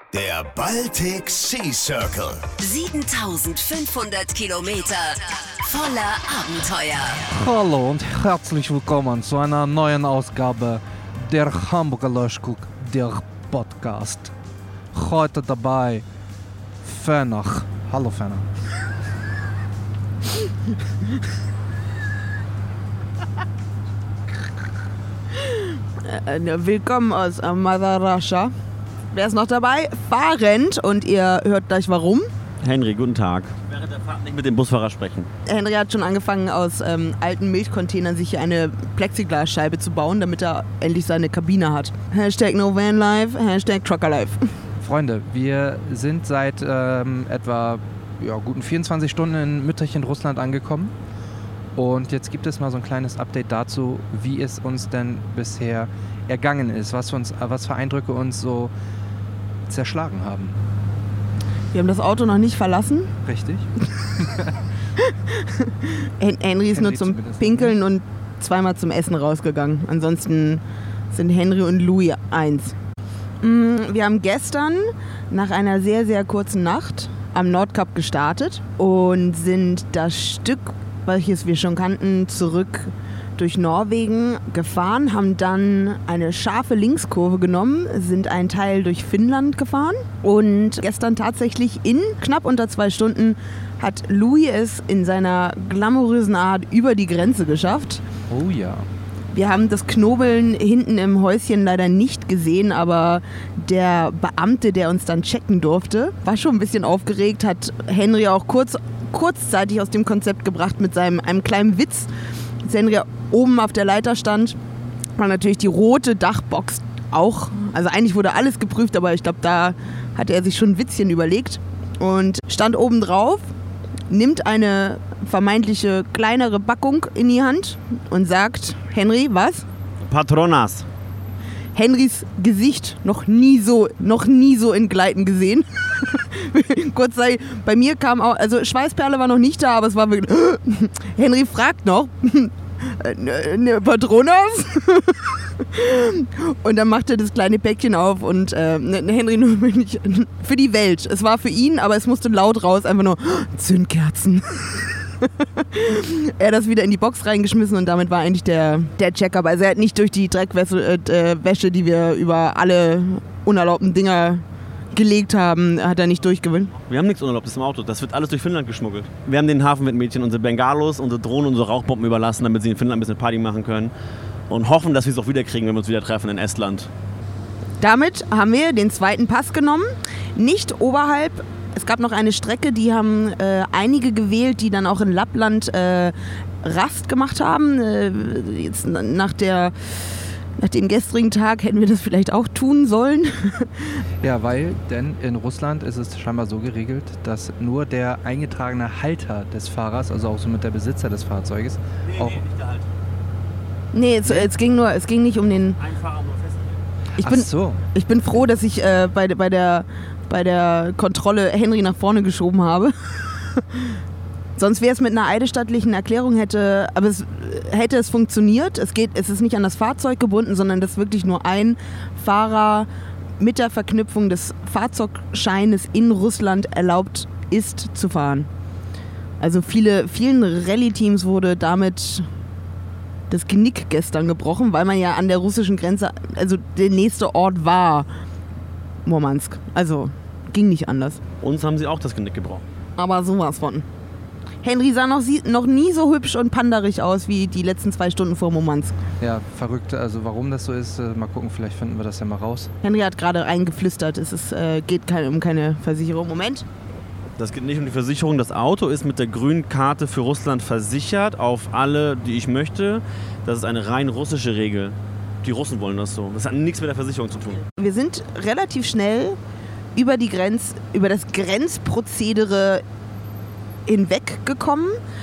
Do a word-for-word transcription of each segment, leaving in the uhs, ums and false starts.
Der Baltic Sea Circle. siebentausendfünfhundert Kilometer voller Abenteuer. Hallo und herzlich willkommen zu einer neuen Ausgabe der Hamburger Löschguck, der Podcast. Heute dabei Fenach. Hallo Fenach. Willkommen aus Mother Russia. Wer ist noch dabei? Fahrend, und ihr hört gleich warum. Henry, guten Tag. Während der Fahrt nicht mit dem Busfahrer sprechen. Henry hat schon angefangen, aus ähm, alten Milchcontainern sich hier eine Plexiglasscheibe zu bauen, damit er endlich seine Kabine hat. Hashtag No Van Life, Hashtag Trucker Life. Freunde, wir sind seit ähm, etwa ja, guten vierundzwanzig Stunden in Mütterchen, Russland angekommen. Und jetzt gibt es mal so ein kleines Update dazu, wie es uns denn bisher ergangen ist, was für, uns, was für Eindrücke uns so zerschlagen haben. Wir haben das Auto noch nicht verlassen. Richtig. Henry ist Henry nur zum Pinkeln und zweimal zum Essen rausgegangen. Ansonsten sind Henry und Louis eins. Wir haben gestern nach einer sehr, sehr kurzen Nacht am Nordkap gestartet und sind das Stück, welches wir schon kannten, zurück durch Norwegen gefahren, haben dann eine scharfe Linkskurve genommen, sind einen Teil durch Finnland gefahren und gestern tatsächlich in knapp unter zwei Stunden hat Louis es in seiner glamourösen Art über die Grenze geschafft. Oh ja. Wir haben das Knobeln hinten im Häuschen leider nicht gesehen, aber der Beamte, der uns dann checken durfte, war schon ein bisschen aufgeregt, hat Henry auch kurz, kurzzeitig aus dem Konzept gebracht mit seinem einem kleinen Witz. Als Henry oben auf der Leiter stand, war natürlich die rote Dachbox auch. Also eigentlich wurde alles geprüft, aber ich glaube, da hatte er sich schon ein Witzchen überlegt. Und stand oben drauf, nimmt eine vermeintliche kleinere Packung in die Hand und sagt, Henry, was? Patronas. Henrys Gesicht noch nie so, noch nie so in Gleiten gesehen. Kurz sei, bei mir kam auch, also Schweißperle war noch nicht da, aber es war wirklich, Henry fragt noch, ne Patronas? Und dann macht er das kleine Päckchen auf und äh, Henry nur nicht für die Welt. Es war für ihn, aber es musste laut raus, einfach nur Zündkerzen. Er hat das wieder in die Box reingeschmissen und damit war eigentlich der, der Check-up. Also er hat nicht durch die Dreckwäsche, äh, Wäsche, die wir über alle unerlaubten Dinger gelegt haben, hat er nicht durchgewinnt. Wir haben nichts Unerlaubtes im Auto. Das wird alles durch Finnland geschmuggelt. Wir haben den Hafenwettmädchen unsere Bengalos, unsere Drohnen, unsere Rauchbomben überlassen, damit sie in Finnland ein bisschen Party machen können. Und hoffen, dass wir es auch wieder kriegen, wenn wir uns wieder treffen in Estland. Damit haben wir den zweiten Pass genommen. Nicht oberhalb. Es gab noch eine Strecke, die haben äh, einige gewählt, die dann auch in Lappland äh, Rast gemacht haben. Äh, jetzt nach, der, nach dem gestrigen Tag hätten wir das vielleicht auch tun sollen. Ja, weil, denn in Russland ist es scheinbar so geregelt, dass nur der eingetragene Halter des Fahrers, also auch somit der Besitzer des Fahrzeuges, nee, auch... Nee, nicht der Halter. Nee, es, es, ging nur, es ging nicht um den... Ein Fahrer nur festnehmen. Ich bin, Ach so. Ich bin froh, dass ich äh, bei, bei der... bei der Kontrolle Henry nach vorne geschoben habe. Sonst wäre es mit einer eidesstattlichen Erklärung hätte, aber es hätte es funktioniert. Es geht, es ist nicht an das Fahrzeug gebunden, sondern dass wirklich nur ein Fahrer mit der Verknüpfung des Fahrzeugscheines in Russland erlaubt ist zu fahren. Also viele, vielen Rallye-Teams wurde damit das Genick gestern gebrochen, weil man ja an der russischen Grenze, also der nächste Ort war Murmansk. Also ging nicht anders. Uns haben sie auch das Genick gebrochen. Aber sowas von. Henry sah noch, noch nie so hübsch und panderig aus wie die letzten zwei Stunden vor Murmansk. Ja, verrückt. Also warum das so ist, mal gucken, vielleicht finden wir das ja mal raus. Henry hat gerade eingeflüstert, es ist, äh, geht kein, um keine Versicherung. Moment. Das geht nicht um die Versicherung. Das Auto ist mit der grünen Karte für Russland versichert auf alle, die ich möchte. Das ist eine rein russische Regel. Die Russen wollen das so. Das hat nichts mit der Versicherung zu tun. Wir sind relativ schnell über die Grenz, über das Grenzprozedere hinweggekommen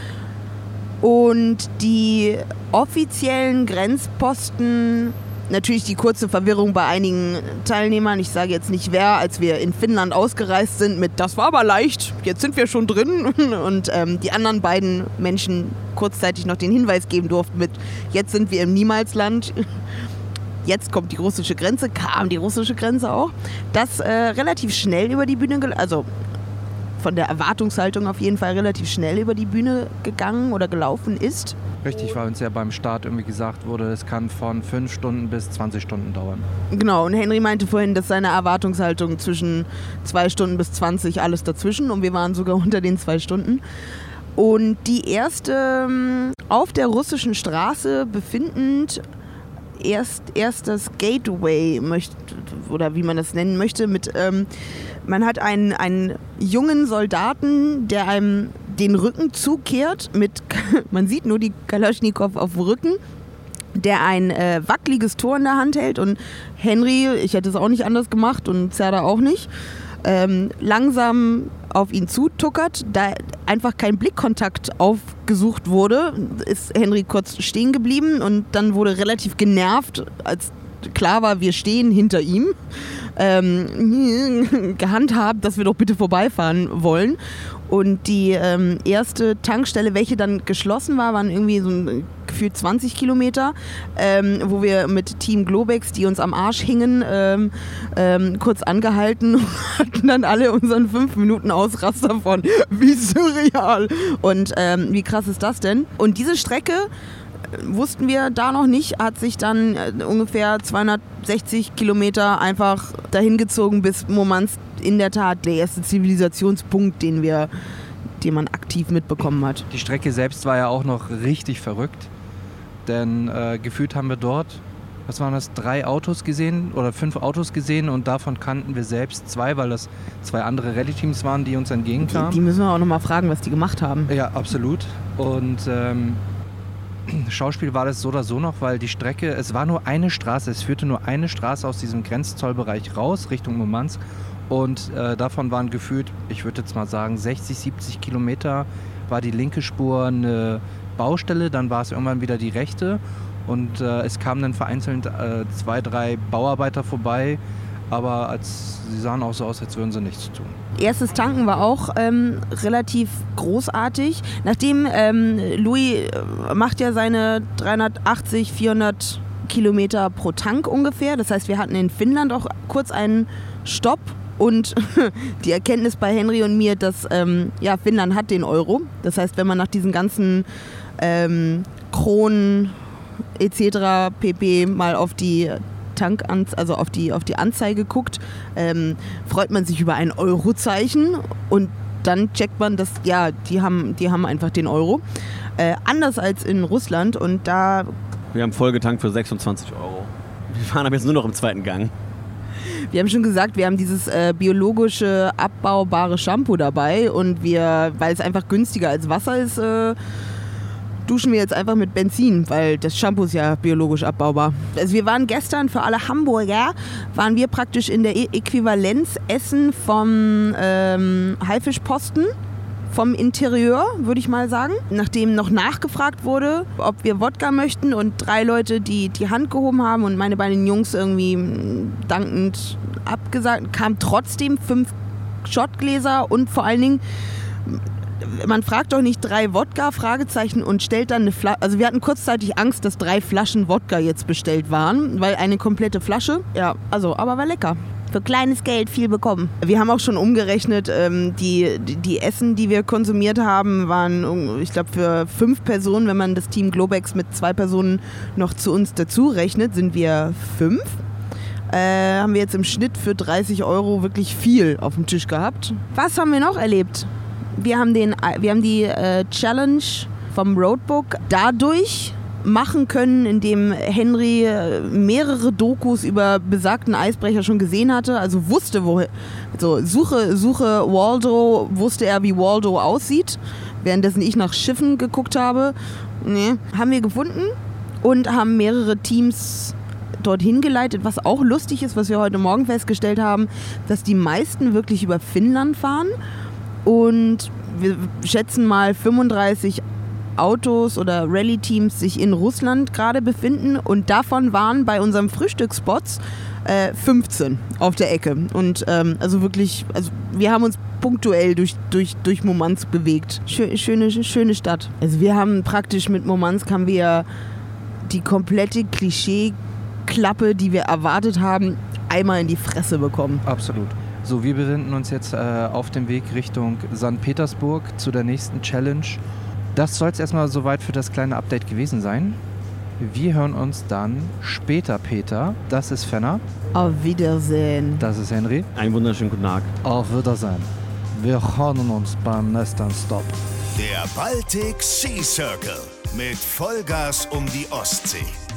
und die offiziellen Grenzposten, natürlich die kurze Verwirrung bei einigen Teilnehmern, ich sage jetzt nicht wer, als wir in Finnland ausgereist sind mit "Das war aber leicht, jetzt sind wir schon drin" und ähm, die anderen beiden Menschen kurzzeitig noch den Hinweis geben durften mit "Jetzt sind wir im Niemalsland", jetzt kommt die russische Grenze, kam die russische Grenze auch, das äh, relativ schnell über die Bühne, also von der Erwartungshaltung auf jeden Fall relativ schnell über die Bühne gegangen oder gelaufen ist. Richtig, weil uns ja beim Start irgendwie gesagt wurde, es kann von fünf Stunden bis zwanzig Stunden dauern. Genau, und Henry meinte vorhin, dass seine Erwartungshaltung zwischen zwei Stunden bis zwanzig, alles dazwischen, und wir waren sogar unter den zwei Stunden. Und die erste auf der russischen Straße befindend erst, erst das Gateway, möchte, oder wie man das nennen möchte, mit, ähm, man hat einen, einen jungen Soldaten, der einem den Rücken zukehrt, mit, man sieht nur die Kalaschnikow auf dem Rücken, der ein äh, wackeliges Tor in der Hand hält, und Henry, ich hätte es auch nicht anders gemacht und Zerda auch nicht, ähm, langsam auf ihn zutuckert. Da einfach kein Blickkontakt aufgesucht wurde, ist Henry kurz stehen geblieben, und dann wurde relativ genervt, als klar war, wir stehen hinter ihm, ähm, gehandhabt, dass wir doch bitte vorbeifahren wollen. Und die ähm, erste Tankstelle, welche dann geschlossen war, waren irgendwie so ein, gefühlt zwanzig Kilometer, ähm, wo wir mit Team Globex, die uns am Arsch hingen, ähm, ähm, kurz angehalten und hatten dann alle unseren fünf Minuten Ausraster von wie surreal und ähm, wie krass ist das denn? Und diese Strecke, wussten wir da noch nicht, hat sich dann äh, ungefähr zweihundertsechzig Kilometer einfach dahin gezogen, bis Murmansk in der Tat der erste Zivilisationspunkt, den wir, den man aktiv mitbekommen hat. Die Strecke selbst war ja auch noch richtig verrückt, denn äh, gefühlt haben wir dort, was waren das, drei Autos gesehen oder fünf Autos gesehen, und davon kannten wir selbst zwei, weil das zwei andere Rallye-Teams waren, die uns entgegenkamen. Die, die müssen wir auch nochmal fragen, was die gemacht haben. Ja, absolut. Und ähm, Schauspiel war das so oder so noch, weil die Strecke, es war nur eine Straße, es führte nur eine Straße aus diesem Grenzzollbereich raus, Richtung Murmansk, und äh, davon waren gefühlt, ich würde jetzt mal sagen, sechzig, siebzig Kilometer war die linke Spur eine Baustelle, dann war es irgendwann wieder die rechte, und äh, es kamen dann vereinzelt äh, zwei, drei Bauarbeiter vorbei, aber als, sie sahen auch so aus, als würden sie nichts tun. Erstes Tanken war auch ähm, relativ großartig. Nachdem ähm, Louis äh, macht ja seine dreihundertachtzig, vierhundert Kilometer pro Tank ungefähr. Das heißt, wir hatten in Finnland auch kurz einen Stopp. Und die Erkenntnis bei Henry und mir, dass ähm, ja, Finnland hat den Euro. Das heißt, wenn man nach diesen ganzen ähm, Kronen et cetera pp. Mal auf die Tank, also auf die, auf die Anzeige guckt, ähm, freut man sich über ein Eurozeichen, und dann checkt man, dass ja, die haben, die haben einfach den Euro. Äh, anders als in Russland, und da... Wir haben voll getankt für sechsundzwanzig Euro. Wir fahren aber jetzt nur noch im zweiten Gang. Wir haben schon gesagt, wir haben dieses äh, biologische, abbaubare Shampoo dabei, und wir, weil es einfach günstiger als Wasser ist, äh, duschen wir jetzt einfach mit Benzin, weil das Shampoo ist ja biologisch abbaubar. Also wir waren gestern, für alle Hamburger, waren wir praktisch in der Äquivalenz Essen vom ähm, Haifischposten, vom Interieur, würde ich mal sagen. Nachdem noch nachgefragt wurde, ob wir Wodka möchten, und drei Leute, die die Hand gehoben haben und meine beiden Jungs irgendwie dankend abgesagt, kamen trotzdem fünf Shotgläser, und vor allen Dingen, man fragt doch nicht drei Wodka, Fragezeichen, und stellt dann eine Flasche. Also wir hatten kurzzeitig Angst, dass drei Flaschen Wodka jetzt bestellt waren, weil eine komplette Flasche, ja, also, aber war lecker. Für kleines Geld viel bekommen. Wir haben auch schon umgerechnet, ähm, die, die Essen, die wir konsumiert haben, waren, ich glaube, für fünf Personen, wenn man das Team Globex mit zwei Personen noch zu uns dazu rechnet, sind wir fünf. Äh, haben wir jetzt im Schnitt für dreißig Euro wirklich viel auf dem Tisch gehabt. Was haben wir noch erlebt? Wir haben, den, wir haben die äh, Challenge vom Roadbook dadurch machen können, indem Henry äh, mehrere Dokus über besagten Eisbrecher schon gesehen hatte, also wusste, wo, so Suche, Suche Waldo, wusste er, wie Waldo aussieht, währenddessen ich nach Schiffen geguckt habe. Nee, haben wir gefunden und haben mehrere Teams dorthin geleitet, was auch lustig ist, was wir heute Morgen festgestellt haben, dass die meisten wirklich über Finnland fahren. Und wir schätzen mal fünfunddreißig Autos oder Rallye-Teams sich in Russland gerade befinden, und davon waren bei unserem Frühstücksspots äh, fünfzehn auf der Ecke. Und ähm, also wirklich, also wir haben uns punktuell durch, durch, durch Murmansk bewegt. Schö- schöne, schöne Stadt. Also wir haben praktisch mit Murmansk haben wir die komplette Klischee Klappe, die wir erwartet haben, einmal in die Fresse bekommen. Absolut. So, wir befinden uns jetzt äh, auf dem Weg Richtung Sankt Petersburg zu der nächsten Challenge. Das soll es erstmal soweit für das kleine Update gewesen sein. Wir hören uns dann später, Peter. Das ist Fenner. Auf Wiedersehen. Das ist Henry. Einen wunderschönen guten Tag. Auf Wiedersehen. Wir hören uns beim nächsten Stop. Der Baltic Sea Circle mit Vollgas um die Ostsee.